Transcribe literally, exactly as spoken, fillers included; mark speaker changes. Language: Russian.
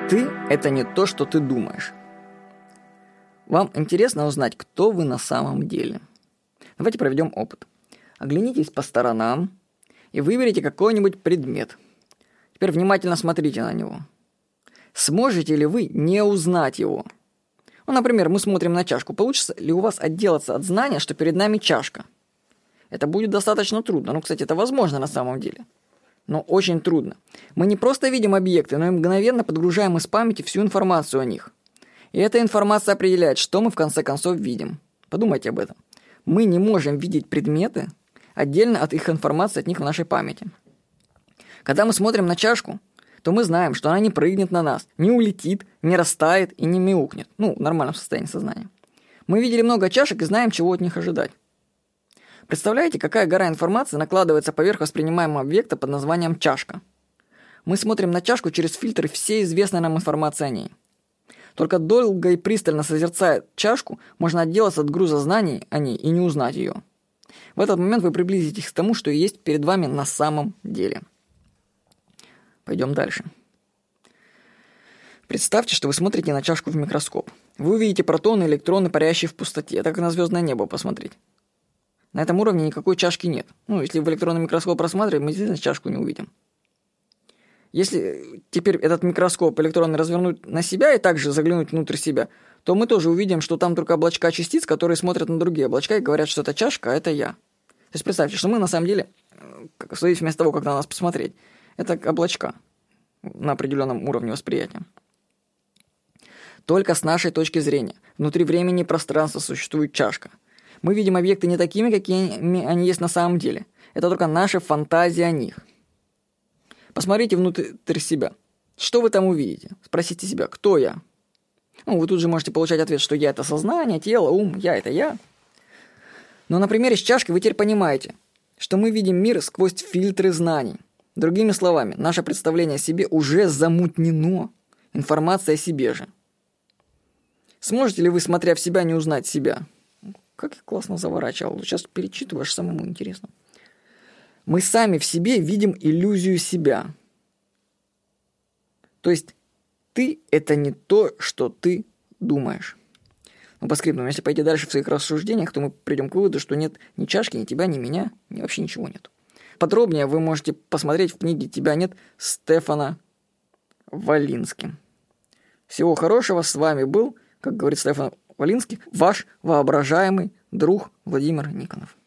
Speaker 1: Ты – это не то, что ты думаешь. Вам интересно узнать, кто вы на самом деле? Давайте проведем опыт. Оглянитесь по сторонам и выберите какой-нибудь предмет. Теперь внимательно смотрите на него. Сможете ли вы не узнать его? Ну, например, мы смотрим на чашку. Получится ли у вас отделаться от знания, что перед нами чашка? Это будет достаточно трудно. Ну, кстати, это возможно на самом деле. Но очень трудно. Мы не просто видим объекты, но и мгновенно подгружаем из памяти всю информацию о них. И эта информация определяет, что мы в конце концов видим. Подумайте об этом. Мы не можем видеть предметы отдельно от их информации, от них в нашей памяти. Когда мы смотрим на чашку, то мы знаем, что она не прыгнет на нас, не улетит, не растает и не мяукнет. Ну, в нормальном состоянии сознания. Мы видели много чашек и знаем, чего от них ожидать. Представляете, какая гора информации накладывается поверх воспринимаемого объекта под названием чашка? Мы смотрим на чашку через фильтры всей известной нам информации о ней. Только долго и пристально созерцая чашку, можно отделаться от груза знаний о ней и не узнать ее. В этот момент вы приблизитесь к тому, что есть перед вами на самом деле. Пойдем дальше. Представьте, что вы смотрите на чашку в микроскоп. Вы увидите протоны и электроны, парящие в пустоте. Это как на звездное небо посмотреть. На этом уровне никакой чашки нет. Ну, если в электронный микроскоп рассматриваем, мы действительно чашку не увидим. Если теперь этот микроскоп электронный развернуть на себя и также заглянуть внутрь себя, то мы тоже увидим, что там только облачка частиц, которые смотрят на другие облачка и говорят, что это чашка, а это я. То есть представьте, что мы на самом деле, в зависимости от того, как на нас посмотреть, это облачка на определенном уровне восприятия. Только с нашей точки зрения, внутри времени и пространства существует чашка. Мы видим объекты не такими, какими они есть на самом деле. Это только наши фантазии о них. Посмотрите внутрь себя. Что вы там увидите? Спросите себя, кто я? Ну, вы тут же можете получать ответ, что я – это сознание, тело, ум, я – это я. Но на примере с чашкой вы теперь понимаете, что мы видим мир сквозь фильтры знаний. Другими словами, наше представление о себе уже замутнено информацией о себе же. Сможете ли вы, смотря в себя, не узнать себя? Как я классно заворачивал. Сейчас перечитываю, аж самому интересно. Мы сами в себе видим иллюзию себя. То есть ты – это не то, что ты думаешь. Ну, по скрипту, если пойти дальше в своих рассуждениях, то мы придем к выводу, что нет ни чашки, ни тебя, ни меня, ни вообще ничего нет. Подробнее вы можете посмотреть в книге «Тебя нет» Стефана Волински. Всего хорошего. С вами был, как говорит Стефан Волински, ваш воображаемый друг Владимир Никонов.